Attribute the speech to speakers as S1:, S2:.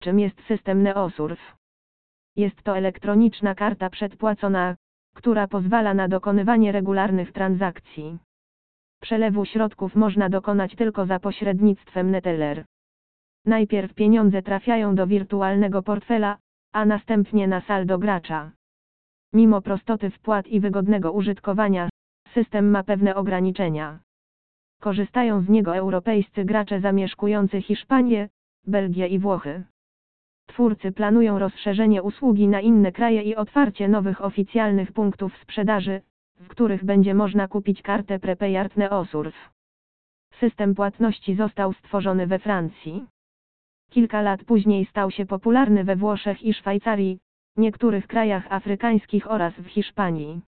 S1: Czym jest system Neosurf? Jest to elektroniczna karta przedpłacona, która pozwala na dokonywanie regularnych transakcji. Przelewu środków można dokonać tylko za pośrednictwem Neteller. Najpierw pieniądze trafiają do wirtualnego portfela, a następnie na saldo gracza. Mimo prostoty wpłat i wygodnego użytkowania, system ma pewne ograniczenia. Korzystają z niego europejscy gracze zamieszkujący Hiszpanię, Belgię i Włochy. Twórcy planują rozszerzenie usługi na inne kraje i otwarcie nowych oficjalnych punktów sprzedaży, w których będzie można kupić kartę Prepaid Neosurf. System płatności został stworzony we Francji. Kilka lat później stał się popularny we Włoszech i Szwajcarii, niektórych krajach afrykańskich oraz w Hiszpanii.